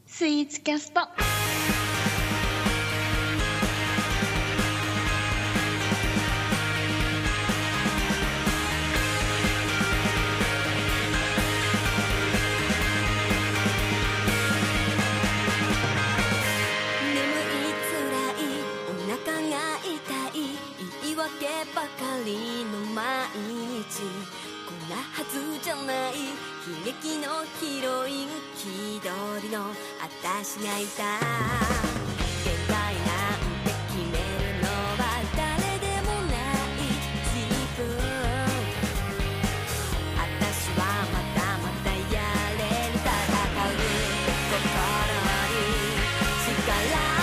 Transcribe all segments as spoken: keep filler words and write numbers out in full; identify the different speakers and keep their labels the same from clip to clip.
Speaker 1: スイーツキャスト。
Speaker 2: ばかりの毎日、こんなはずじゃない悲劇のヒロイン、気取りの私がいた。限界なんて決めるのは誰でもない自分。私はまだまだやれる、戦う心に力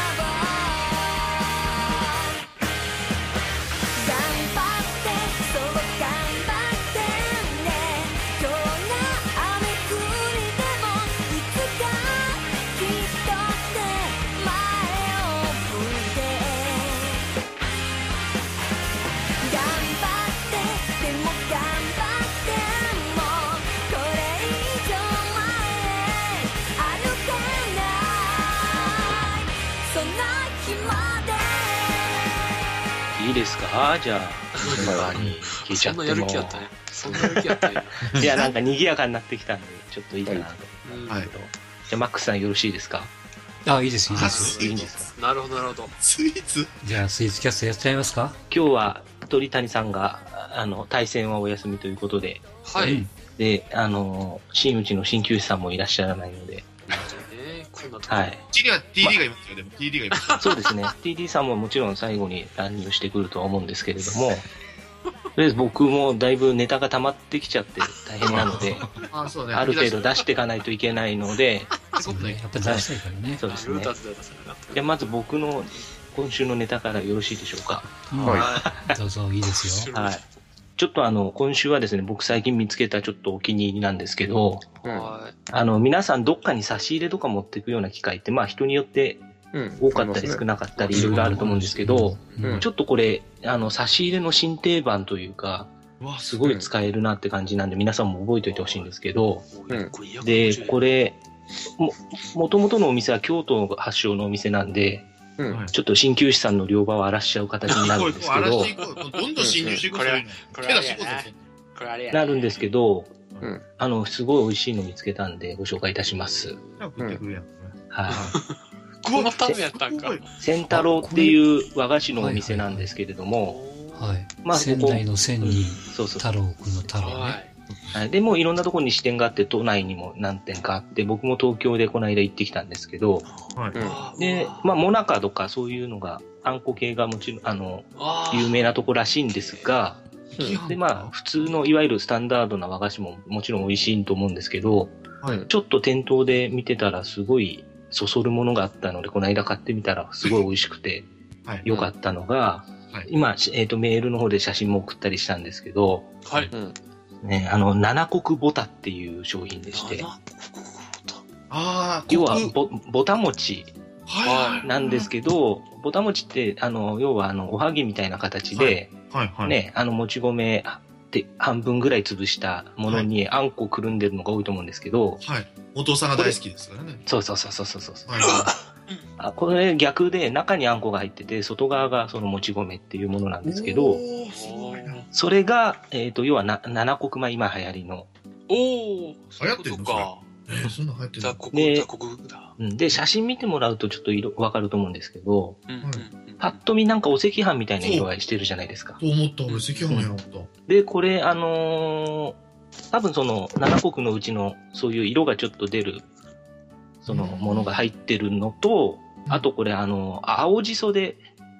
Speaker 3: いいですか？じゃあ、順番に聞いちゃっても。
Speaker 4: そんなやる気やったね。そんなやる気やったね。
Speaker 3: いや、なんか賑やかになってきたんで、ちょっといいかなと思うんですけど。
Speaker 4: はい、
Speaker 3: じゃあ、マックスさんよろしいですか？
Speaker 5: あ、いいです、いいです。
Speaker 3: いいんですか？
Speaker 4: なるほど、なるほど。
Speaker 6: スイーツ？
Speaker 5: じゃあ、スイーツキャストやっちゃいますか？
Speaker 3: 今日は、鳥谷さんが、あの、対戦はお休みということで。
Speaker 4: はい。
Speaker 3: で、あの、新内の鍼灸師さんもいらっしゃらないので。はい。
Speaker 6: うちには ティーディー がいますよ、でも ティーディー がいます。
Speaker 3: そうですね。ティーディー さんももちろん最後に乱入してくるとは思うんですけれども、とりあえず僕もだいぶネタが溜まってきちゃって大変なので、
Speaker 6: あ, そうね、
Speaker 3: ある程度出していかないといけないので、
Speaker 5: そうね、やっぱり出したいからね。
Speaker 3: そうですね。じゃあまず僕の今週のネタからよろしいでしょうか。
Speaker 5: はい。どうぞ、いいですよ。
Speaker 3: はい。ちょっとあの、今週はですね、僕最近見つけたちょっとお気に入りなんですけど、うん、あの、皆さんどっかに差し入れとか持っていくような機会って、まあ人によって多かったり少なかったりいろいろあると思うんですけど、うん、ちょっとこれ、あの、差し入れの新定番というか、すごい使えるなって感じなんで、皆さんも覚えておいてほしいんですけど、うん、で、これ、も、もともとのお店は京都発祥のお店なんで、うん、ちょっと鍼灸師さんの両場を荒らしちゃう形になるんですけど、
Speaker 6: どんどん侵入していく、それ
Speaker 3: なるんですけど、うん、あの、すごい美味しいの見つけたんでご紹介いたします。
Speaker 6: うん、
Speaker 3: はい。
Speaker 4: このためやったんか。
Speaker 3: 千太郎っていう和菓子のお店なんですけれども、
Speaker 5: はい。まあ、仙台の仙に、そうそう。太郎くんの太郎ね。
Speaker 3: はい。でもいろんなところに支店があって、都内にも何店かあって、僕も東京でこの間行ってきたんですけど、はい、で、まあ、モナカとかそういうのが、あんこ系がもちろん、あの、有名なとこらしいんですが、で、まあ、普通のいわゆるスタンダードな和菓子ももちろん美味しいと思うんですけど、はい、ちょっと店頭で見てたらすごいそそるものがあったので、この間買ってみたらすごい美味しくて、良かったのが、はい、今、えっと、メールの方で写真も送ったりしたんですけど、はい。ね、あの、七国ボタっていう商品でして、
Speaker 6: あ
Speaker 3: 要はぼ、ぼた餅なんですけど、ぼた餅って、あの、要は、あの、おはぎみたいな形で、はいはいはい、ね、あの、もち米で半分ぐらい潰したものにあんこくるんでるのが多いと思うんですけど、
Speaker 6: はい。お父さんが大好きですからね。
Speaker 3: そうそうそうそうそうそう。はいあこれ逆で中にあんこが入ってて外側がそのもち米っていうものなんですけど、それが、えっと、要はな七穀米今流行りの。
Speaker 4: おー、
Speaker 6: 流行ってるのか。えー、そんな流行ってるの
Speaker 4: 雑穀、雑穀
Speaker 3: だ。で、写真見てもらうとちょっと色わかると思うんですけど、うんうん、パッと見なんかお赤飯みたいな色合いしてるじゃないですか。
Speaker 6: そう思った、俺赤飯やろった。
Speaker 3: で、これ、あのー、多分その七穀のうちのそういう色がちょっと出る、そのものが入ってるのと、あとこれあの、青じそで、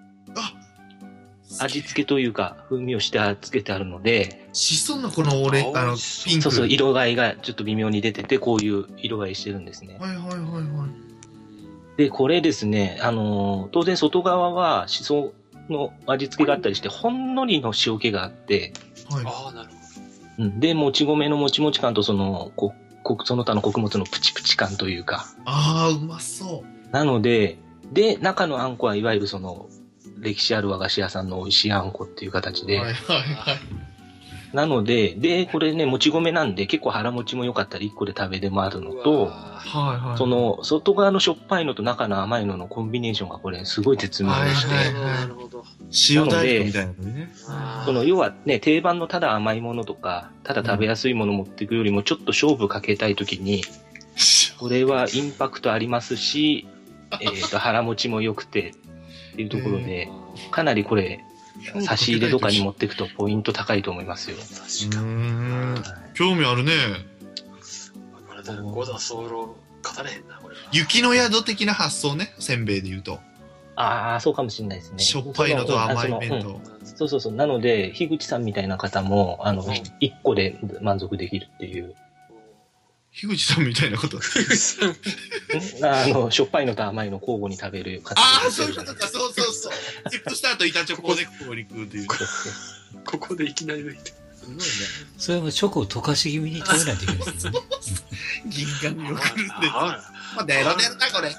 Speaker 3: 味付けというか、風味をして付けてあるので、
Speaker 6: しそのこの俺、あの、ピンク。
Speaker 3: そうそう、色合いがちょっと微妙に出てて、こういう色合いしてるんですね。
Speaker 6: はいはいはいはい。
Speaker 3: で、これですね、あの、当然外側はしその味付けがあったりして、ほんのりの塩気があって、
Speaker 4: はい。ああ、なるほ
Speaker 3: ど。うん。で、もち米のもちもち感とその、こ、こ、その他の穀物のプチプチ感というか。
Speaker 6: ああ、うまそう。
Speaker 3: なので、で、中のあんこはいわゆるその、歴史ある和菓子屋さんの美味しいあんこっていう形で。はいはいはい。 なので、で、これね、もち米なんで結構腹持ちも良かったりいっこで食べでもあるのと、
Speaker 6: はいはい。
Speaker 3: その、外側のしょっぱいのと中の甘いののコンビネーションがこれすごい絶妙でして、
Speaker 6: はいはいはい
Speaker 4: なるほど。
Speaker 6: 塩大福みたいなのね。
Speaker 3: その、要はね、定番のただ甘いものとか、ただ食べやすいものを持っていくよりも、ちょっと勝負かけたいときに、これはインパクトありますし、えっと、腹持ちも良くて、っていうところで、かなりこれ、差し入れとかに持っていくとポイント高いと思いますよ。
Speaker 6: 確かに。興味あるね。
Speaker 4: これだ、五田早漏語れへんな、これは。
Speaker 6: 雪の宿的な発想ね、せんべいで言うと。
Speaker 3: ああ、そうかもしれないですね。
Speaker 6: しょっぱいのと甘い麺と。
Speaker 3: そうそうそう。なので、樋口さんみたいな方も、あの、いっこで満足できるっていう。
Speaker 6: 樋口さんみたいなこと。樋口さん。
Speaker 3: あの、しょっぱいのと甘いの交互に食べる方。
Speaker 6: ああ、そういうことか、そうそうそう。チップスターと板チョコでここに食うっていう。
Speaker 4: ここでいきなり抜いて。
Speaker 6: すごいね。
Speaker 5: それもチョコを溶かし気味に食べないといけないですよね。
Speaker 6: 銀河によくるんで。まあ、デロデロだ、これ。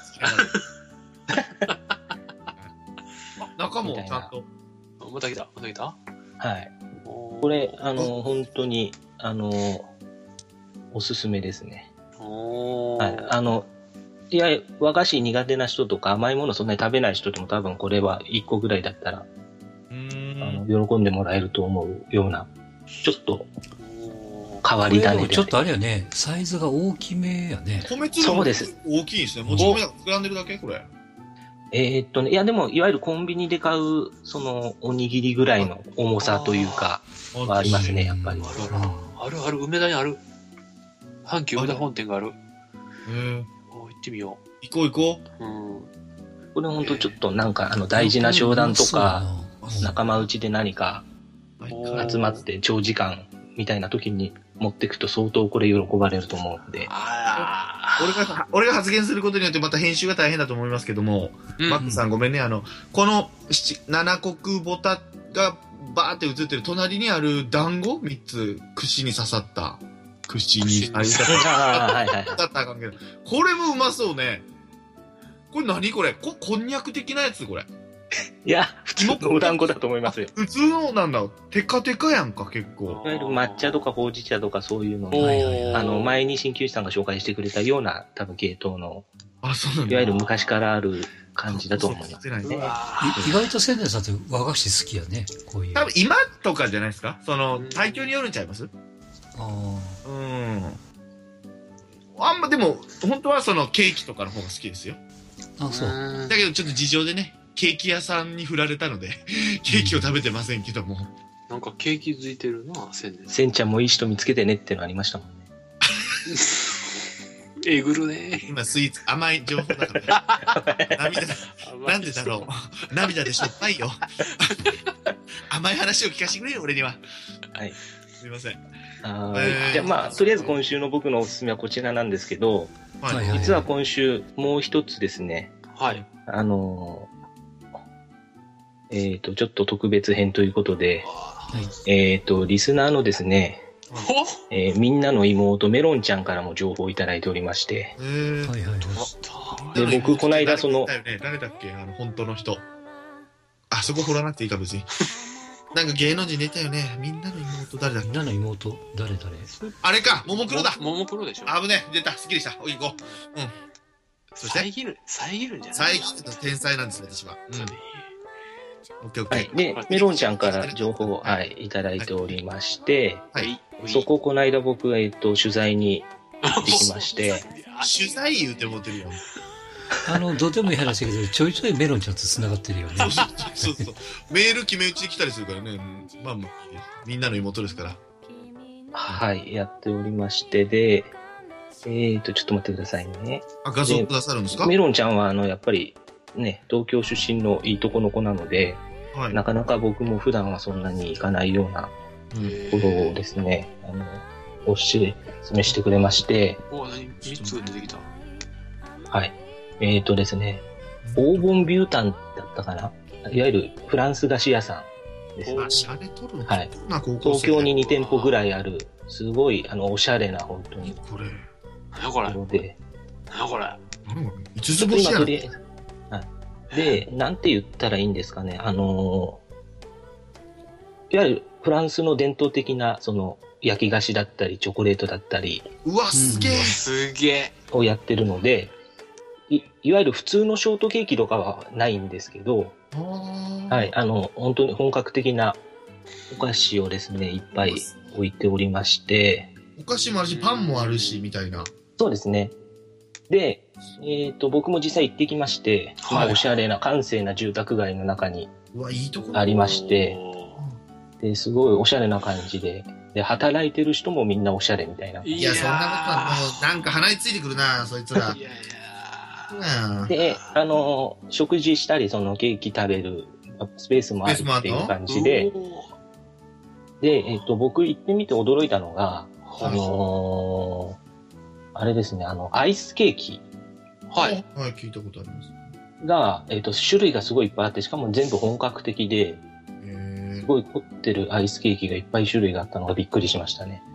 Speaker 6: 中もちゃんと。
Speaker 4: また来た、また来た。
Speaker 3: はい。これ、あの、本当に、あの、おすすめですね。はい。あの、いや、和菓子苦手な人とか甘いものそんなに食べない人でも多分これはいっこぐらいだったら、あの喜んでもらえると思うような、ちょっと変わり種で。
Speaker 5: ちょっとあれやね、サイズが大きめやね。
Speaker 6: 米粒も大きいんですね。もち米が膨らんでるだけこれ。
Speaker 3: えー、っとね、いやでも、いわゆるコンビニで買う、その、おにぎりぐらいの重さというか、はありますね、やっぱり。
Speaker 4: あるある、梅田にある。阪急梅田本店がある。へ
Speaker 6: え。
Speaker 4: 行ってみよう。
Speaker 6: 行こう行こ
Speaker 3: う。うん。これほんとちょっとなんか、あの、大事な商談とか、仲間内で何か、集まって長時間みたいな時に持っていくと相当これ喜ばれると思うんで。
Speaker 6: 俺が、俺が発言することによってまた編集が大変だと思いますけども、うん、マックさんごめんね、あの、このなな国ボタがバーって映ってる隣にある団子みっつ串に刺さった。串に、あ、言ったらあかんけど。これもうまそうね。これ何これこ、こんにゃく的なやつこれ。
Speaker 3: いや、普通のお団子だと思いますよ。
Speaker 6: 普通のなんだ。テカテカやんか、結構。
Speaker 3: いわゆる抹茶とかほうじ茶とかそういうのの、あの、前に鍼灸師さんが紹介してくれたような、多分系統の、
Speaker 6: あ、そうなんだ。
Speaker 3: いわゆる昔からある感じだと思いますね。
Speaker 5: 意外と千年さんって和菓子好きやね、こういう。
Speaker 6: 多分今とかじゃないですかその、体調によるんちゃいます？ああ。うん。あんまでも、本当はそのケーキとかの方が好きですよ。
Speaker 5: あ、そう。
Speaker 6: だけどちょっと事情でね、ケーキ屋さんに振られたので、ケーキを食べてませんけども。
Speaker 4: なんかケーキづいてるな、千年。
Speaker 3: 千ちゃんもいい人見つけてねってのありましたもんね。
Speaker 4: えぐるね。
Speaker 6: 今スイーツ、甘い情報だから。涙、なんでだろう。涙でしょっぱいよ。甘い話を聞かせてくれよ、俺には。
Speaker 3: はい。
Speaker 6: すみません。
Speaker 3: あえー、じゃあまあ、とりあえず今週の僕のおすすめはこちらなんですけど、はい、実は今週もう一つですね、
Speaker 4: はい。
Speaker 3: あのー、えっと、ちょっと特別編ということで、はい、えっと、リスナーのですね、えー、みんなの妹メロンちゃんからも情報をいただいておりまして、
Speaker 5: はいはい
Speaker 3: で、僕、この間その、
Speaker 6: 誰だっけあの、本当の人。あ、そこ掘らなくていいか、別に。なんか芸能人出たよね。みんなの妹誰だっけ？
Speaker 5: みんなの妹誰誰？
Speaker 6: あれか、ももクロだ。
Speaker 4: ももクロでしょ。
Speaker 6: あぶね、出た、すっきりした。おい、行こう。うん。
Speaker 4: そして、遮る、遮るんじゃ
Speaker 6: ない？遮る天才なんですね、私は。うん。オッケーオッケー。
Speaker 3: はい。で、メロンちゃんから情報を、はい、いただいておりまして、
Speaker 6: はい。
Speaker 3: そこ、この間僕、えっと、取材に行ってきまして。
Speaker 6: 取材言うて思ってるよ。
Speaker 5: あの、どうでもいい話だけど、ちょいちょいメロンちゃんと繋がってるよね。
Speaker 6: そうそうそうそう。メール決め打ちで来たりするからね。まあ、みんなの妹ですから。
Speaker 3: はい、やっておりまして、で、えーと、ちょっと待ってくださいね。
Speaker 6: あ、画像くださるんですか？
Speaker 3: メロンちゃんは、あの、やっぱり、ね、東京出身のいいとこの子なので、はい、なかなか僕も普段はそんなに行かないようなところをですね、あの、おし、示してくれまして。
Speaker 4: お、何？みっつ出てきた。
Speaker 3: はい。えーとですね、オーボンビュータンだったかな、いわゆるフランス菓子屋さんですね。
Speaker 6: シャレとるの？
Speaker 3: はい。東京にに店舗ぐらいある、すごい、あの、おしゃれな、本当に。
Speaker 6: これ。
Speaker 4: 何これ。
Speaker 3: で。
Speaker 4: 何これ。
Speaker 6: 五つ星やん。はい。
Speaker 3: で、なんて言ったらいいんですかね、あのいわゆるフランスの伝統的な、その、焼き菓子だったり、チョコレートだったり。
Speaker 6: うわ、すげえ、うん、
Speaker 4: すげえ。
Speaker 3: をやってるので、い、いわゆる普通のショートケーキとかはないんですけど、はい、あの、本当に本格的なお菓子をですね、いっぱい置いておりまして、
Speaker 6: お菓子もあるし、パンもあるし、みたいな。
Speaker 3: そうですね。で、えっと、僕も実際行ってきまして、はい、まあ、おしゃれな、閑静な住宅街の中にありまして、で、すごいおしゃれな感じで、で、働いてる人もみんなおしゃれみたいな。
Speaker 6: いや、そんなことはもう、なんか鼻についてくるな、そいつら。いやい
Speaker 3: やで、あの、食事したり、そのケーキ食べるスペースもあるっていう感じで、で、えっと、僕行ってみて驚いたのが、あのー、あれですね、あの、アイスケーキ。
Speaker 6: はい。はい、聞いたことあります。
Speaker 3: が、えっと、種類がすごいいっぱいあって、しかも全部本格的で、すごい凝ってるアイスケーキがいっぱい種類があったのがびっくりしましたね。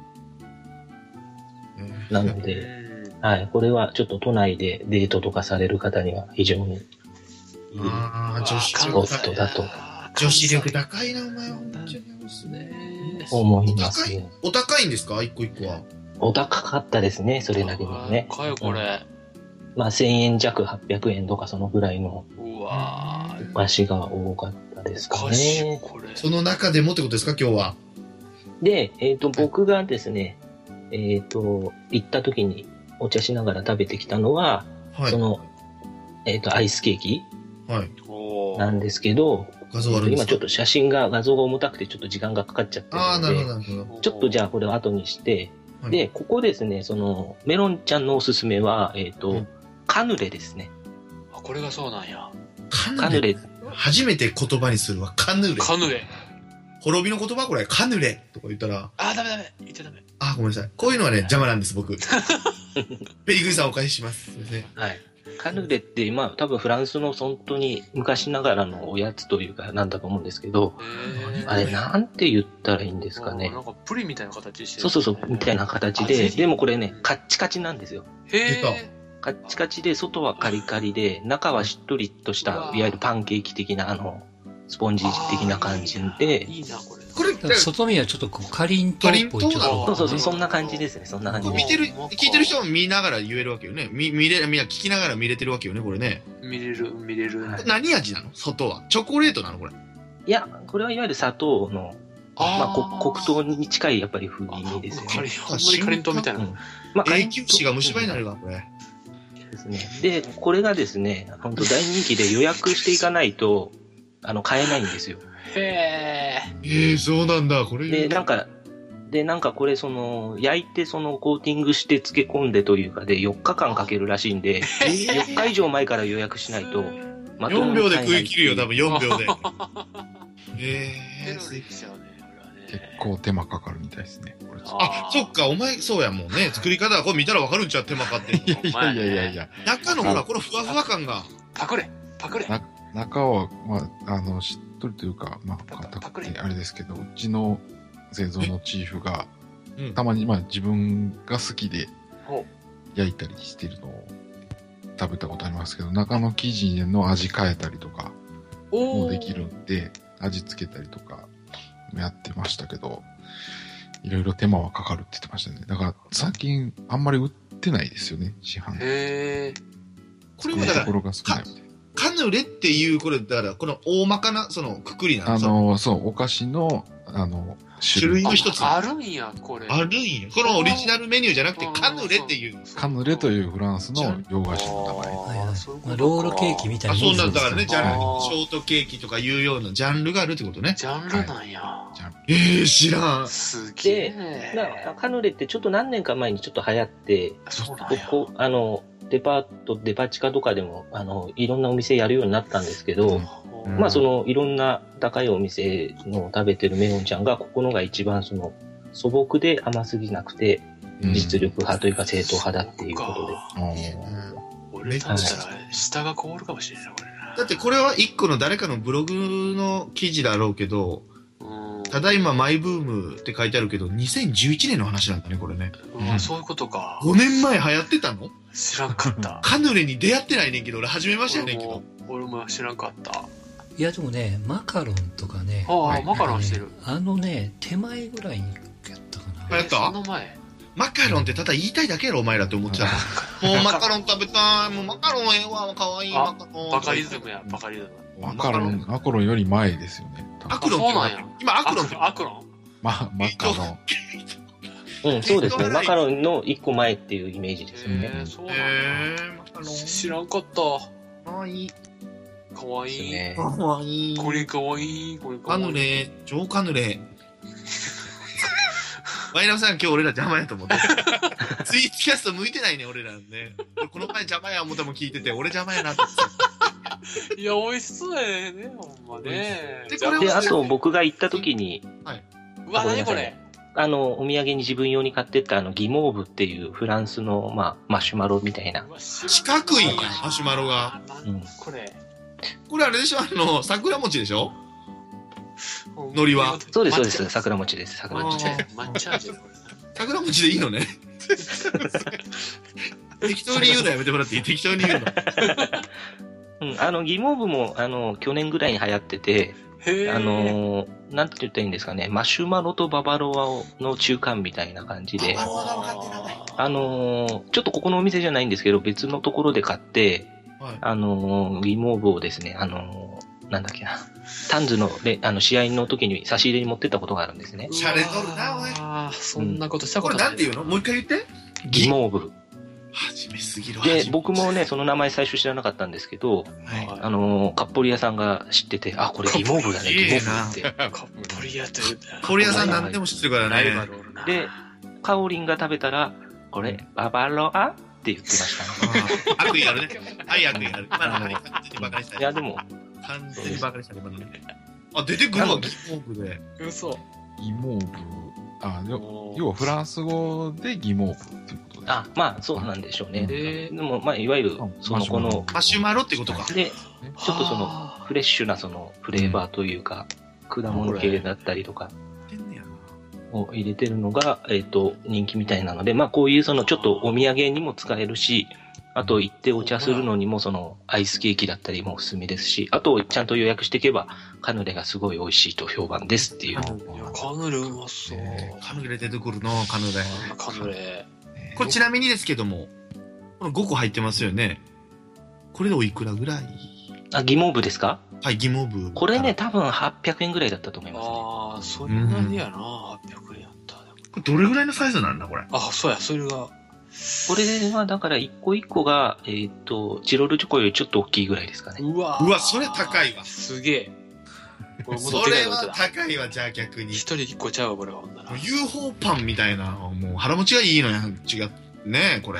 Speaker 3: なので、はい、これはちょっと都内でデートとかされる方には非常にいいスポットだと。
Speaker 6: 女子力高いな、お前は。本当にですね。
Speaker 3: 思いますね。
Speaker 6: お高いんですか？一個一個は。
Speaker 3: お高かったですね、それなりにね。
Speaker 4: 高いこれ。
Speaker 3: まあせんえん弱、はっぴゃくえんとかそのぐらいのお菓子が多かったですかね。
Speaker 6: その中でもってことですか、今日は。
Speaker 3: で、えっと、僕がですね、えっと、行った時にお茶しながら食べてきたのは、はい、その、えっと、アイスケーキなんですけど、
Speaker 6: 画像あるんですか？
Speaker 3: 今ちょっと写真が、画像が重たくてちょっと時間がかかっちゃってるので、
Speaker 6: あー、なるほど、なるほど。
Speaker 3: ちょっとじゃあこれを後にして、はい、で、ここですね、その、メロンちゃんのおすすめは、えっと、うん、カヌレですね。
Speaker 4: あ、これがそうなんや。
Speaker 6: カヌレ。カヌレ初めて言葉にするわ、カヌレ。
Speaker 4: カヌレ。
Speaker 6: 滅びの言葉これ、カヌレとか言ったら。
Speaker 4: あ、ダメダメ。言っちゃダメ。
Speaker 6: あ、ごめんなさい。こういうのはね、邪魔なんです、僕。ペリグリさんお返しします。すいません。
Speaker 3: はい。カヌレって、まあ、多分フランスの本当に昔ながらのおやつというか、なんだと思うんですけど、あれ、なんて言ったらいいんですかね。
Speaker 4: なんかプリンみたいな形してる、
Speaker 3: ね。そうそうそう、みたいな形で、でもこれね、カッチカチなんですよ。
Speaker 4: へー。
Speaker 3: カッチカチで、外はカリカリで、中はしっとりとした、いわゆるパンケーキ的な、あの、スポンジ的な感じで。
Speaker 4: いいな、これ。
Speaker 5: これ、外見はちょっとこう、かりんとうっぽい。
Speaker 3: そうそうそう、そんな感じですね、そんな感じ。
Speaker 6: 見てる、聞いてる人も見ながら言えるわけよね。見、見れ、みんな聞きながら見れてるわけよね、これね。
Speaker 4: 見れる、見れる。
Speaker 6: 何味なの？外は。チョコレートなのこれ。
Speaker 3: いや、これはいわゆる砂糖の、まあ、黒糖に近いやっぱり風味ですよね。
Speaker 4: あんまりかりんとうみたいな。うん、
Speaker 6: まあ、永久歯が虫歯になるわ、これ。
Speaker 3: ですね。で、これがですね、本当大人気で予約していかないと、あの、買えないんですよ。
Speaker 4: へ
Speaker 6: ー。えー、そうなんだ、これ。
Speaker 3: で、なんか、で、なんかこれ、その、焼いて、その、コーティングして漬け込んでというかで、よっかかんかけるらしいんで、よっか以上前から予約しないと、
Speaker 6: まともに買えない。よんびょうで食い切るよ、多分よんびょうで。え
Speaker 4: ー、す
Speaker 1: 結構手間かかるみたいですね。これ
Speaker 6: あ、そっか、お前、そうやもんね。作り方はこれ見たらわかるんちゃう、手間かってる。
Speaker 1: いやいやいやいやいや。
Speaker 6: 中のほら、このふわふわ感が。
Speaker 4: パクれ、パクれ。
Speaker 1: 中は、まあ、あの、しっとりというか、まあ、硬くてあれですけど、うちの製造のチーフが、うん、たまに、まあ、自分が好きで焼いたりしてるのを食べたことありますけど、中の生地の味変えたりとかもできるんで、味付けたりとかやってましたけど、いろいろ手間はかかるって言ってましたね。だから、最近あんまり売ってないですよね、市販で。
Speaker 4: へー。
Speaker 6: これはだから、
Speaker 1: ところが少ないみたいな。
Speaker 6: カヌレっていう、これ、だから、この大まかな、その、くくりなんです
Speaker 1: か？あの、そう、お菓子の、あの、
Speaker 6: 種類の一つ。
Speaker 4: あるんや、これ。
Speaker 6: あるんや。このオリジナルメニューじゃなくて、カヌレっていう。
Speaker 1: カヌレというフランスの洋菓子の名前。
Speaker 5: はい、ロールケーキみたいな。
Speaker 6: あ、そうなんだからね、ジャンル、ショートケーキとかいうようなジャンルがあるってことね。
Speaker 4: ジャンルなんや。はい、
Speaker 6: えー、知らん。
Speaker 4: すげえ。
Speaker 3: で、カヌレってちょっと何年か前にちょっと流行って、
Speaker 4: そうなんや。
Speaker 3: ここ、あの、デパート、デパ地下とかでも、あの、いろんなお店やるようになったんですけど、うん、まあその、いろんな高いお店の食べてるメロンちゃんが、ここのが一番その、素朴で甘すぎなくて、実力派というか正統派だっていうことで。
Speaker 4: うん、俺だったら、下が凍るかもしれない、これな。
Speaker 6: だってこれは一個の誰かのブログの記事だろうけど、ただいまマイブームって書いてあるけど、にせんじゅういちねんの話なんだね、これね。
Speaker 4: うん、そういうことか。
Speaker 6: ごねんまえ流行ってたの？
Speaker 4: 知らんかった。
Speaker 6: カヌレに出会ってないねんけど、俺初めましてやねんけど。
Speaker 4: 俺も知らんかった。
Speaker 5: いやでもね、マカロンとかね。
Speaker 4: ああ、はい、マカロンしてる。
Speaker 5: あのね、手前ぐらいにやったかな。
Speaker 6: やった
Speaker 4: その前
Speaker 6: マカロンってただ言いたいだけやろ、お前らって思っちゃう。もうマカロン食べたい。もうマカロンええわ、かわいいマカロン。
Speaker 4: バカリズムや、バカリズム。
Speaker 1: マカロン、マカロンより前ですよね。
Speaker 6: アクロンって
Speaker 4: そうなんや。
Speaker 6: 今アクロンって。
Speaker 4: アクロン
Speaker 1: ま、マカロン。
Speaker 3: うん、そうですね。マカロンの一個前っていうイメージですよね。
Speaker 4: へー、そうなん
Speaker 6: へ
Speaker 4: や。
Speaker 6: ー、マカロン。
Speaker 4: 知らんかった。
Speaker 6: かわいい。
Speaker 4: かわいい。
Speaker 3: ね、
Speaker 6: かわいい。
Speaker 4: これかわいい。これかわいい。
Speaker 6: カヌレ、超カヌレ。ワイナムさん今日俺ら邪魔やと思って。ツイートキャスト向いてないね、俺らね。この前邪魔や思ったもん聞いてて、俺邪魔やなって。
Speaker 4: いや、美味しそうやね、ほんまね。
Speaker 6: で、これ
Speaker 3: で、あと僕が行った時に、
Speaker 6: はい。
Speaker 4: うわ、なにこれ。
Speaker 3: あの、お土産に自分用に買ってったあの、ギモーブっていうフランスの、まあ、マシュマロみたいな。
Speaker 6: 四角いマシュマロが。
Speaker 4: 何これ。
Speaker 6: これあれでしょ、あの、桜餅でしょ海苔は。
Speaker 3: そうです、そうです。桜餅です、桜餅。
Speaker 4: 抹茶味これ。
Speaker 6: 桜餅でいいのね。適当に言うのやめてもらっていい？適当に言うの。
Speaker 3: うん、あの、ギモーブも、あの、去年ぐらいに流行ってて、あの、なんて言ったらいいんですかね、マシュマロとババロアの中間みたいな感じで、あの、ちょっとここのお店じゃないんですけど、別のところで買って、はい、あの、ギモーブをですね、あの、なんだっけな、タンズのあの試合の時に差し入れに持ってったことがあるんですね。
Speaker 6: シャレとるな、おい。
Speaker 4: ああ、そんなことしたことない。
Speaker 6: これなんて言うの？もう一回言って。
Speaker 3: ギモーブ。
Speaker 6: 初めすぎる。
Speaker 3: で、僕もね、その名前最初知らなかったんですけど、はい、あの、カッポリ屋さんが知ってて、あ、これギモーブだね、ギモーブって。
Speaker 4: カッポリ屋という。
Speaker 6: カッポリ屋さん何でも知ってるからね。
Speaker 3: で、カオリンが食べたら、これ、ババロアって言ってましたね。
Speaker 6: 悪意あるね。はい、悪意ある。今のはい、完全にバカにした。
Speaker 3: いや、でも、
Speaker 6: 完全にバカにしたね、今のね。あ、出てくるわ、ギモーブで。
Speaker 4: 嘘。
Speaker 1: ギモーブ。あ、要はフランス語でギモーブっていうことです。
Speaker 3: あ、まあ、そうなんでしょうね。でも、まあ、いわゆる、その、この、
Speaker 6: マシュマロってことか。
Speaker 3: で、ちょっとその、フレッシュなその、フレーバーというか、果物系だったりとか、を入れてるのが、えっと、人気みたいなので、まあ、こういうその、ちょっとお土産にも使えるし、あと行ってお茶するのにもそのアイスケーキだったりもおすすめですし、あとちゃんと予約していけばカヌレがすごい美味しいと評判ですっていう。
Speaker 4: カヌレうまそう。
Speaker 6: カヌレ出てくるの、カヌレ。
Speaker 4: カヌレ。
Speaker 6: これちなみにですけども、このごこ入ってますよね。これでおいくらぐらい？
Speaker 3: あ、ギモーブですか？
Speaker 6: はい、ギモーブ。
Speaker 3: これね、多分はっぴゃくえんぐらいだったと思います、ね。
Speaker 4: ああ、それなりやな、はっぴゃくえんやった。こ
Speaker 6: れどれぐらいのサイズなんだ、これ。
Speaker 4: あ、そうや、それが。
Speaker 3: これはだから一個一個が、えっ、ー、と、チロルチョコよりちょっと大きいぐらいですかね。
Speaker 6: うわうわ、それ高いわ。
Speaker 4: すげえ。
Speaker 6: それは高いわ、じゃあ逆に。
Speaker 4: 一人一個ちゃうわ、これはほんなら。
Speaker 6: ユーフォー パンみたいな、もう腹持ちがいいのや、違う。ねえ、これ。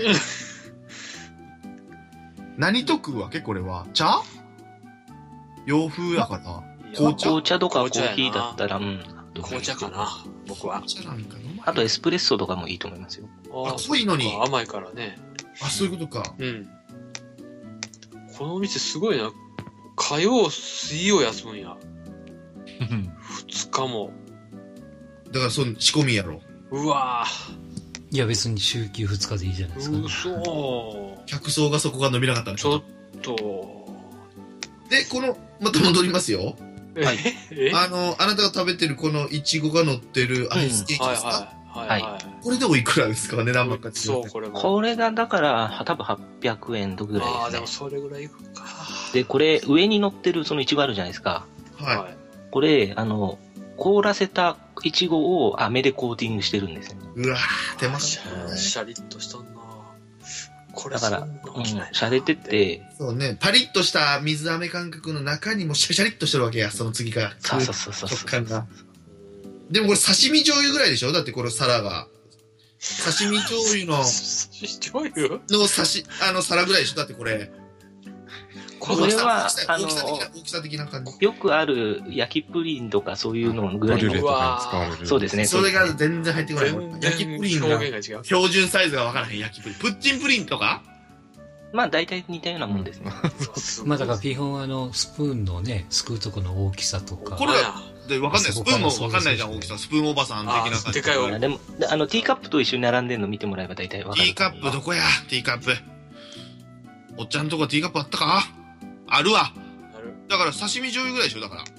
Speaker 6: 何と食うわけこれは。茶洋風やから。
Speaker 3: 紅茶紅茶とかコーヒーだったら、うん。
Speaker 4: 紅茶かな、僕は。
Speaker 6: 紅茶なんか飲ま
Speaker 3: あとエスプレッソとかもいいと思いますよ。
Speaker 6: あ、濃いのに。
Speaker 4: 甘いからね。
Speaker 6: あ、そういうことか。
Speaker 4: うん。このお店すごいな。火曜、水曜休むんや。二日も。
Speaker 6: だからその仕込みやろ。
Speaker 4: うわぁ。
Speaker 5: いや別に週休二日でいいじゃないですか。
Speaker 4: うそ
Speaker 6: ー。客層がそこが伸びなかったん
Speaker 4: ちょっと。
Speaker 6: で、この、また戻りますよ。
Speaker 3: はい。
Speaker 6: あの、あなたが食べてるこのイチゴが乗ってるアイスケーキですか？
Speaker 4: はいはい。はい。
Speaker 6: これでおいくらですか？値段ばっかり。
Speaker 4: そう、これも。
Speaker 3: これがだから、多分はっぴゃくえんぐらいですね。
Speaker 4: ああ、でもそれぐらいいくか。
Speaker 3: で、これ、上に乗ってるそのイチゴあるじゃないですか。
Speaker 6: はい。
Speaker 3: これ、あの、凍らせたイチゴを飴でコーティングしてるんですよね。
Speaker 6: うわぁ、手間
Speaker 4: シャリッとしたんな。これ
Speaker 3: だから、うん、シャレてて。
Speaker 6: そうね、パリッとした水飴感覚の中にもシャリシャリッとしてるわけや、その次が。
Speaker 3: そうそうそうそう。
Speaker 6: 食感が。でもこれ刺身醤油ぐらいでしょ？だってこの皿が。刺身醤油の。
Speaker 4: 刺身醤油の
Speaker 6: 刺し、あの皿ぐらいでしょ？だってこれ。
Speaker 3: これは、
Speaker 6: あの、大きさ的な感じ。
Speaker 3: よくある焼きプリンとかそういうのぐらいの。そうですね。
Speaker 6: それが全然入ってこない。焼きプリンが
Speaker 4: 表現が違う。
Speaker 6: 標準サイズがわからへん焼きプリン。プッチンプリンとか？
Speaker 3: まあ大体似たようなもんですね。
Speaker 5: まあだから基本あの、スプーンのね、すくうとこの大きさとか。
Speaker 6: これは、で、わかんない。スプーンもわかんないじゃん、大きさ。スプーンおばさん的な感じ。
Speaker 4: でかいわ。
Speaker 3: でも、あの、ティーカップと一緒に並んでるの見てもらえば大体わかる。
Speaker 6: ティーカップどこや？ティーカップ。おっちゃんとこティーカップあったか？あるわ。 だから刺身醤油ぐらいでしょ、だから。こ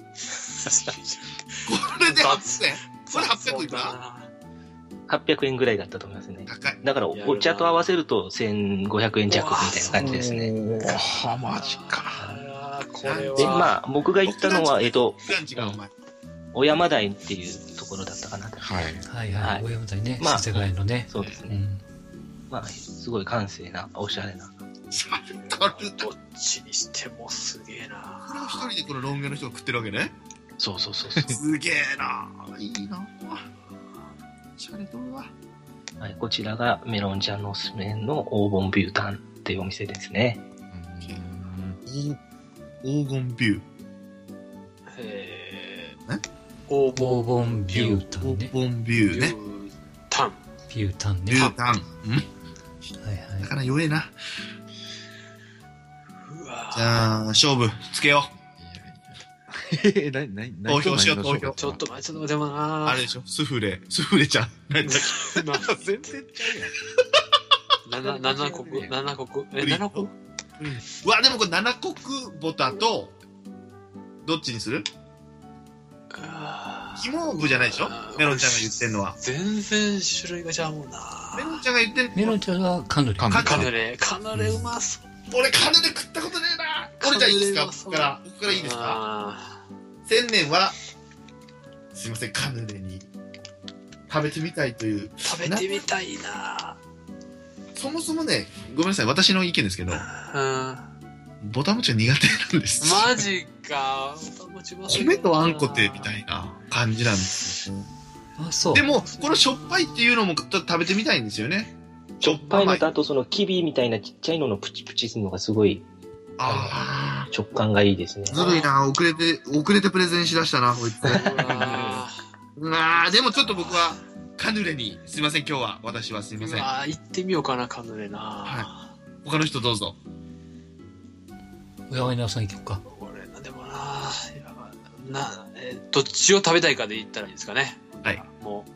Speaker 6: れではっせんえんこれはっぴゃくいくら
Speaker 3: はっぴゃくえんぐらいだったと思いますね。
Speaker 6: 高い。
Speaker 3: だからお茶と合わせるとせんごひゃくえん弱みたいな感じですね。
Speaker 1: おー、マジか。
Speaker 4: これは
Speaker 3: で、まあ、僕が行ったのは、えっと、
Speaker 6: ランチがうまい。
Speaker 3: 小山台っていうところだったかなと。
Speaker 1: はい。
Speaker 5: はいはい。小山台ね。
Speaker 3: まあ、
Speaker 5: 世田谷のね。
Speaker 3: そうですね。まあ、すごい閑静な、おしゃれな。
Speaker 6: シャルトル。
Speaker 4: どっちにしてもすげえな。
Speaker 6: これを一人でこのロン毛の人が食ってるわけね。
Speaker 3: そうそうそうそう。
Speaker 6: すげえな。いいな。シャレとるわ。
Speaker 3: はい、こちらがメロンちゃんのおすすめの黄金ビュータンっていうお店ですね。
Speaker 6: 黄金ビュー。
Speaker 4: へ
Speaker 6: ぇ
Speaker 4: ー。
Speaker 5: 黄金ビュータンね。
Speaker 6: 黄金ビューね。
Speaker 4: ビュータン。
Speaker 5: ビュータンね。
Speaker 6: ビュータン。うん
Speaker 5: はいはい。
Speaker 6: だから弱えな。
Speaker 4: うわ
Speaker 6: じゃあ、勝負、つけよ
Speaker 1: え、な、な、な、
Speaker 6: 投票しよう投票
Speaker 4: ちょっと待って、ちょっと待って、でも
Speaker 6: う。
Speaker 4: な
Speaker 6: あれでしょスフレ。スフレちゃん。何だっ
Speaker 1: 全然ちゃうやん。
Speaker 4: なななこく、ななこく、え、ななこ
Speaker 6: けうわ、でもこれななこくボタと、どっちにするひも部じゃないでしょメロンちゃんが言ってんのは。
Speaker 4: 全然種類が違うもんな。
Speaker 6: メロンちゃんが言ってんの
Speaker 5: メロンちゃんはカヌレ。
Speaker 1: カヌレ
Speaker 4: カヌレ、カヌレうまそう。
Speaker 6: 俺カヌレ食ったことねえな。これじゃあいいですか僕から。僕からいいですか
Speaker 4: あ
Speaker 6: 千年は、すいません、カヌレに食べてみたいという。
Speaker 4: ー食べてみたいな。
Speaker 6: そもそもね、ごめんなさい、私の意見ですけど、
Speaker 4: うん。
Speaker 6: ボタン持ちが苦手なんです。
Speaker 4: マジか。
Speaker 6: 米とあんこってみたいな感じなんですよ。
Speaker 5: あ、そう。
Speaker 6: でも、このしょっぱいっていうのもちょっと食べてみたいんですよね。
Speaker 3: しょっぱいのと、あとそのキビみたいなちっちゃいののプチプチするのがすごい、
Speaker 6: あ
Speaker 3: 食感がいいですね。
Speaker 6: あ。ずるいな、遅れて、遅れてプレゼンしだしたな、こいつ。うわーでもちょっと僕は、カヌレに、すいません、今日は、私はすいません。
Speaker 4: ああ、行ってみようかな、カヌレな。
Speaker 6: は他の人どうぞ。
Speaker 5: 小山稲さん行こうか。
Speaker 4: これ、でもな、な、えーどっちを食べたいかで言ったらいいですかね。
Speaker 6: はい。
Speaker 4: も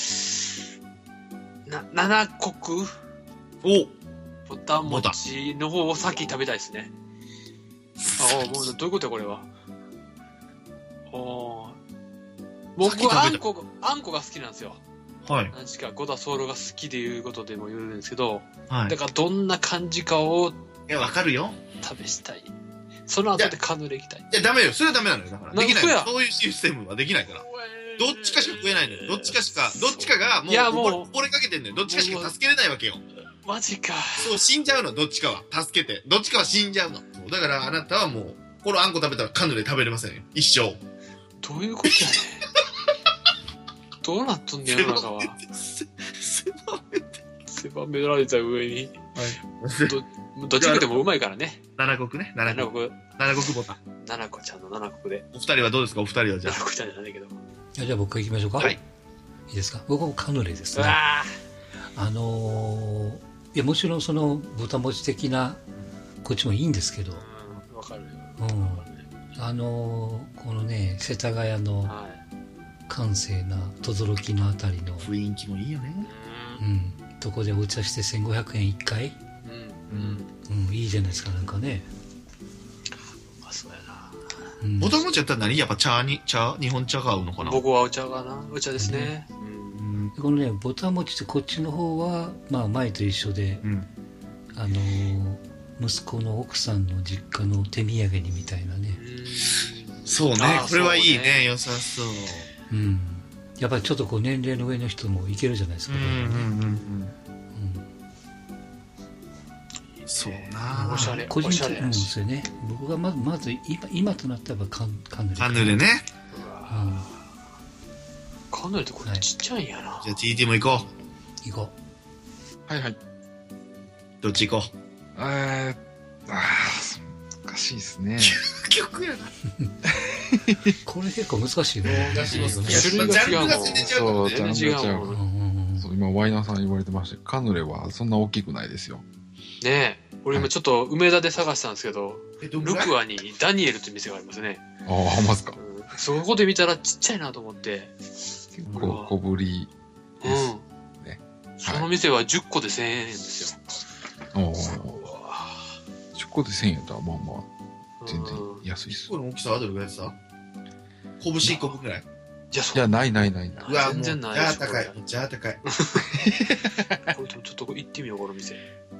Speaker 4: う、な、七穀
Speaker 6: お
Speaker 4: ボタン餅の方を先食べたいですね。ああ、もうどういうことや、これは。ああ。僕はあんこ、あんこが好きなんですよ。
Speaker 6: はい。
Speaker 4: 何しかゴダソウルが好きでいうことでも言えるんですけど、
Speaker 6: はい。
Speaker 4: だからどんな感じかを
Speaker 6: いや、わかるよ。
Speaker 4: 試したい。その後でカヌレ行きたい。
Speaker 6: いや、ダメよ。それはダメなのよ。だから。できない
Speaker 4: なんで
Speaker 6: そういうシステムはできないから。どっちかしか食えないのよ。どっちかしか、どっちかがもう、
Speaker 4: いやもう
Speaker 6: 溺れ溺れかけてんのよ。どっちかしか助けれないわけよ。
Speaker 4: マジか。
Speaker 6: そう、死んじゃうの、どっちかは。助けて。どっちかは死んじゃうの。だから、あなたはもう、このあんこ食べたらカヌレ食べれませんよ。一生。
Speaker 4: どういうことやねん。どうなっとんねん、世の中は。
Speaker 6: 狭めて。
Speaker 4: 狭められた上に。
Speaker 6: はい。
Speaker 4: ど、どっちかでもうまいからね。
Speaker 6: 七国ね。七
Speaker 4: 七
Speaker 6: 国。
Speaker 4: 国、
Speaker 6: 七国ボタン。
Speaker 4: 七子ちゃんの七国で。
Speaker 6: お二人はどうですかお二人はじゃ
Speaker 4: 七子ちゃんじゃないけど。
Speaker 5: じゃあ僕行きましょうか。
Speaker 6: はい。
Speaker 5: いいですか。僕もカヌレですね。
Speaker 4: うわ
Speaker 5: あのー、いや、もちろんその豚餅的な、こっちもいいんですけど、
Speaker 4: ーわかるよ。
Speaker 5: うん。あのー、このね、世田谷の
Speaker 4: は
Speaker 5: 閑静な轟のあたりの、
Speaker 6: 雰囲気もいいよね。
Speaker 4: い。
Speaker 5: うん、とこでお茶してせんごひゃくえんいっかい、
Speaker 4: うん。うん。
Speaker 5: うん、いいじゃないですか、なんかね。
Speaker 4: まあ、そうやな。
Speaker 5: うん、
Speaker 6: ボタン持ちやったら何やっぱ茶に、茶日本茶が合うのかな
Speaker 4: 僕はお茶かな。お茶ですね。うん。
Speaker 6: うん。
Speaker 5: このね、ボタン餅ってこっちの方は、まあ前と一緒で、
Speaker 6: うん。
Speaker 5: あのー、息子の奥さんの実家の手土産にみたいなね。
Speaker 6: そうね
Speaker 4: あ。ー
Speaker 6: これはいい
Speaker 4: そうね
Speaker 6: ね。良さそう。
Speaker 5: うん。やっぱりちょっとこう年齢の上の人もいけるじゃないですか。
Speaker 6: うんうんうんうん。
Speaker 5: うん
Speaker 6: そうな
Speaker 4: おしゃれ。
Speaker 5: 個人的に、うん、
Speaker 4: おしゃれやし。
Speaker 5: それね、僕がまず、まず今、今となったらカンカヌレ。
Speaker 6: カヌレね。
Speaker 4: うわ
Speaker 5: うん。
Speaker 4: カヌレってこれちっちゃいんやな。
Speaker 6: じゃあ ティーティー も行こ
Speaker 5: 行こ
Speaker 1: はいはい。
Speaker 6: う。どっち行こう。
Speaker 1: えー、あー、難しいですね。
Speaker 6: 曲やな。
Speaker 5: う。これ結構難しいね。
Speaker 6: 難しいですね
Speaker 4: 種類が違うもん
Speaker 6: ジャンルが全然違うもんね。
Speaker 1: そうジャンルが違う
Speaker 5: うん
Speaker 4: もん。
Speaker 5: うんうん。
Speaker 1: そう、今、ワイナーさん言われてましたけど、カヌレはそんな大きくないですよ。
Speaker 4: ねえ。俺今ちょっと梅田で探したんですけど、
Speaker 6: え、どんぐらい
Speaker 4: ルクアにダニエルって店がありますね。
Speaker 1: ああ、ほんまっすか。
Speaker 4: うんそこで見たらちっちゃいなと思って。
Speaker 1: 結構小ぶり
Speaker 4: う
Speaker 1: です。
Speaker 4: ん。
Speaker 1: ね
Speaker 4: その店はじゅっこでせんえんですよ。
Speaker 1: おお。
Speaker 4: うわ
Speaker 1: じゅっこでせんえんやったら、まあまあ、 全然安いです。
Speaker 6: この大きさはどれぐらいですか？拳いっこぶんぐらい？
Speaker 1: いや、いや、ないないないない。
Speaker 6: うわ、
Speaker 4: 全然ない。
Speaker 6: じゃあ高い。じゃあ高い。
Speaker 4: これちょっと行ってみよう、この店。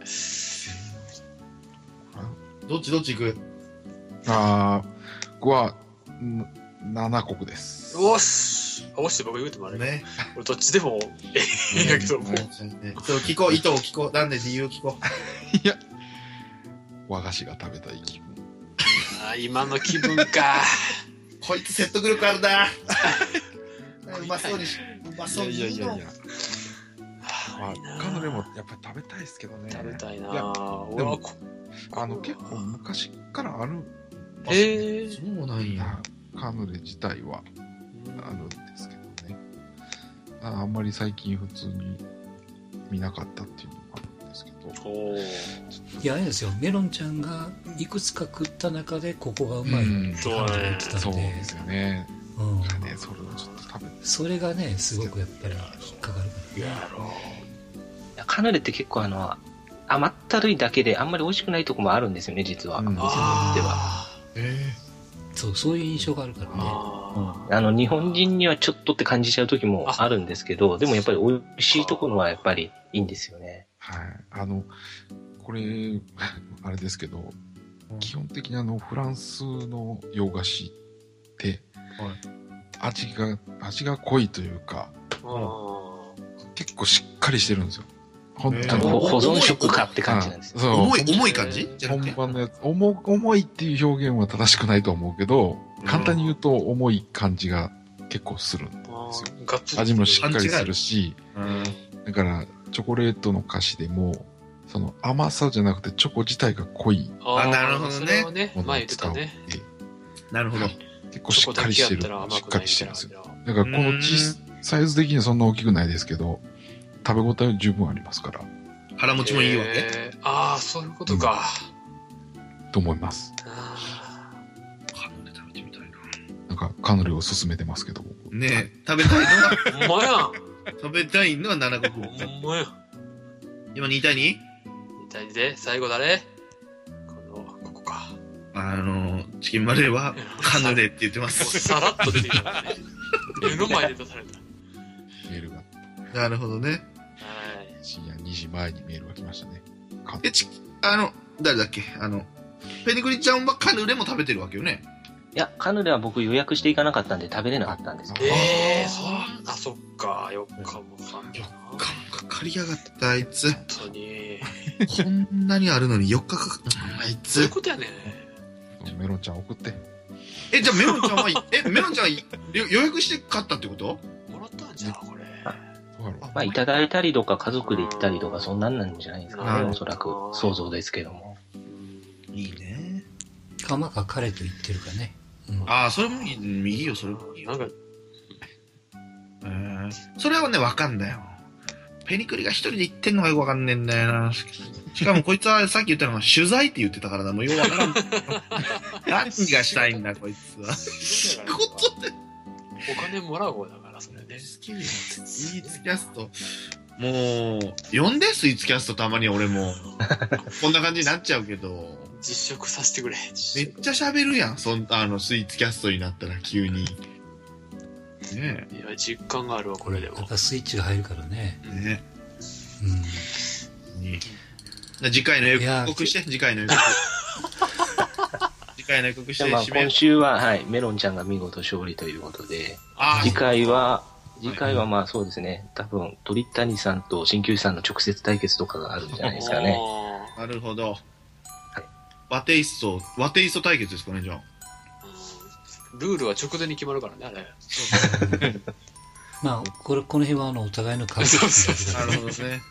Speaker 6: どっちどっち行く？
Speaker 1: あー、ここは、なな国です。
Speaker 4: おっしおっし僕言うてもあれね。俺どっちでもええんやけど、もう。
Speaker 6: そう、聞こう、意図を聞こう。なんで理由を聞こ
Speaker 1: う。いや、和菓子が食べたい気分。
Speaker 4: ああ、今の気分か。
Speaker 6: こいつ説得力あるな。うまそうにし、うまそうにし。いやいやいやいや。
Speaker 1: まあ、カヌレもやっぱり食べたいですけどね。
Speaker 4: 食べたいな。
Speaker 1: 俺はあの結構昔からある。
Speaker 6: へえ。そうなんや。
Speaker 1: カヌレ自体はあるんですけどね。あ, あんまり最近普通に見なかったっていうのもあるんですけど。
Speaker 5: いや、あれですよ。メロンちゃんがいくつか食った中でここがうまいって感じが言ってたんで。
Speaker 1: そうですよね。うん。ね、それをちょっと食べて。
Speaker 5: それがね、すごくやっぱり引っかかるからね。やろう。
Speaker 3: カヌレって結構あの、甘ったるいだけであんまり美味しくないとこもあるんですよね、実は。うん、店によっては。
Speaker 5: えー、そう、そういう印象があるからね。
Speaker 3: あ, あの、日本人にはちょっとって感じちゃう時もあるんですけど、でもやっぱり美味しいところはやっぱりいいんですよね。
Speaker 1: はい。あの、これ、あれですけど、うん、基本的にあの、フランスの洋菓子って、はい、味が、味が濃いというか、結構しっかりしてるんですよ。
Speaker 3: 本当に保存食かって感じなんですよ。
Speaker 6: 重い、重い感じ
Speaker 1: 本番のやつ。重、重いっていう表現は正しくないと思うけど、簡単に言うと重い感じが結構するんですよ。味もしっかりするし、だからチョコレートの菓子でも、その甘さじゃなくてチョコ自体が濃い。
Speaker 6: あ、なるほどね。
Speaker 4: ものを使う。
Speaker 6: なるほど。
Speaker 1: 結構しっかりしてる。しっかりしてるんですよ。だからこのサイズ的にはそんな大きくないですけど、食べ応えは十分ありますから。
Speaker 6: 腹持ちもいいわけ、
Speaker 4: えー、ああ、そういうことか。
Speaker 1: うん、と思います。
Speaker 6: カヌレ食べてみたいな。
Speaker 1: なんか、カヌレを勧めてますけど。
Speaker 6: ねえ、食べたいのは
Speaker 4: ほんまやん。
Speaker 6: 食べたいのはななこく。
Speaker 4: ほんまやん。
Speaker 6: 今に対 に?に
Speaker 4: 対にで、最後誰この、ここか。
Speaker 6: あの、チキンマレーはカヌレって言ってます。
Speaker 4: さらっと出てきたね。目の前で出された。
Speaker 1: メールが。
Speaker 6: なるほどね。
Speaker 1: 深夜にじまえにメールが来ましたね。
Speaker 6: え、ち、あの、誰だっけあの、ペニクリちゃんはカヌレも食べてるわけよね。
Speaker 3: いや、カヌレは僕予約していかなかったんで食べれなかったんですよ。
Speaker 4: ええー、そんな、そっか、よっかもかん
Speaker 6: よっかもかかりやがった、あいつ。
Speaker 4: 本当に。
Speaker 6: こんなにあるのによっかかかった、あいつ。
Speaker 4: そういうことやね。
Speaker 1: メロンちゃん送って。
Speaker 6: え、じゃあメロンちゃんは、え、メロンちゃん予約して買ったってこと？
Speaker 4: もらったんじゃん、これ。
Speaker 3: まあ、いただいたりとか、家族で行ったりとか、そんなんなんじゃないですかね、おそらく。想像ですけども。
Speaker 6: いいね。
Speaker 5: かまか彼と言ってるかね。
Speaker 6: うん、ああ、それもいい、いいよ、それもいいよ。なんか、えー、それはね、わかんだよ。ペニクリが一人で行ってんのがよくわかんねえんだよな。しかもこいつはさっき言ったのが取材って言ってたからな、もうよくわからん。何がしたいんだ、こいつは。仕事で。
Speaker 4: お金もらう方だから、それね。
Speaker 6: スイーツキャスト。もう、呼んで、スイーツキャストたまに俺も。こんな感じになっちゃうけど。
Speaker 4: 実食させてくれ。
Speaker 6: めっちゃ喋るやん、そん、あの、スイーツキャストになったら急に。ね
Speaker 4: え。いや、実感があるわ、これでも。
Speaker 5: やっぱスイッチが入るからね。
Speaker 6: ね
Speaker 5: うん。
Speaker 6: に次回の予告して、次回の予告。次回の予告して、
Speaker 3: まあ、今週は、はい、メロンちゃんが見事勝利ということで、次回は、次回はまあそうですね、多分、鳥谷さんと鍼灸師さんの直接対決とかがあるんじゃないですかね。
Speaker 6: なるほど。はい、和テイスト、和テイスト対決ですかね、じゃあ。
Speaker 4: ルールは直前に決まるからね、あれ。
Speaker 5: まあ、これ、この辺はあの、お互いの感想
Speaker 6: ですね。なるほどね。うん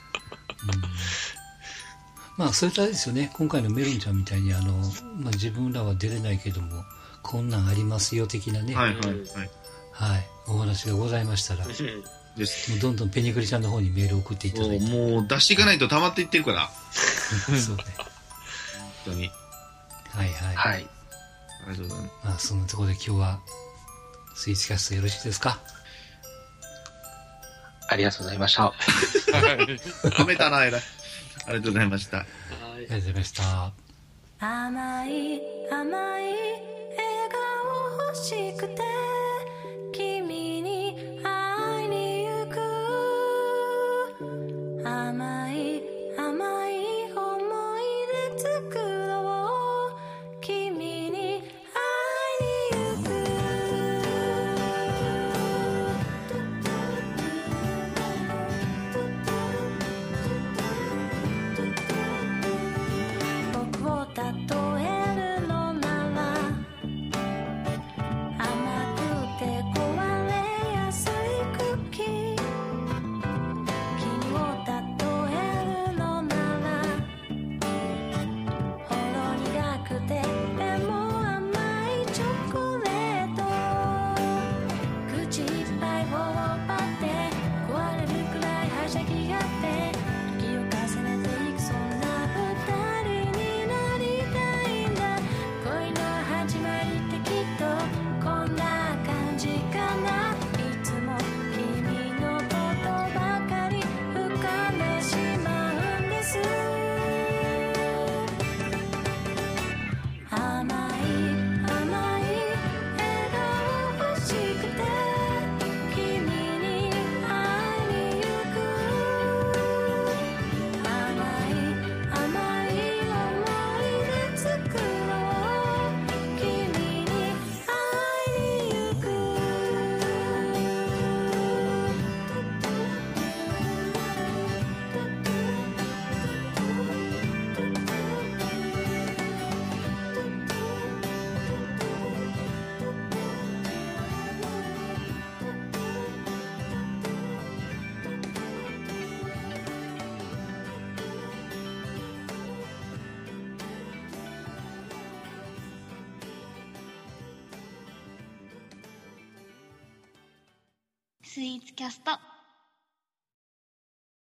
Speaker 5: まあ、それとあれですよね、今回のメロンちゃんみたいに、あの、まあ、自分らは出れないけども、こんなんありますよ、的なね。
Speaker 6: はいはいはい。
Speaker 5: はい。お話がございましたら、
Speaker 6: です。
Speaker 5: もうどんどんペニクリちゃんの方にメールを送っていただいて。
Speaker 6: もう出していかないと溜まっていってるから。
Speaker 5: そうね。
Speaker 6: 本当に。
Speaker 5: はいはい。
Speaker 3: はい。
Speaker 6: ありがとうございます。
Speaker 5: まあ、そんなところで今日は、スイーツキャストよろしいですか？
Speaker 3: ありがとうございました。
Speaker 6: 褒めたな、えらい。ありがとうございました。
Speaker 5: ありがとうございました。
Speaker 2: 甘い甘い笑顔欲しくて君に会いに行く甘い甘い思い出作ろう君に会いに行く僕を例えるのなら甘くて壊れやすいクッキー君を例えるのならほろ苦くてでも甘いチョコレート口いっぱい頬張って壊れるくらいはしゃぎがって時を重ねていくそんな二人になりたいんだ恋の始まりってきっとこんな感じかないつも君のことばかり浮かんでしまうんです甘い甘い笑顔欲しくて君に会いに行く甘い甘い思い出作ろう君に会いに行く
Speaker 7: スイーツキャスト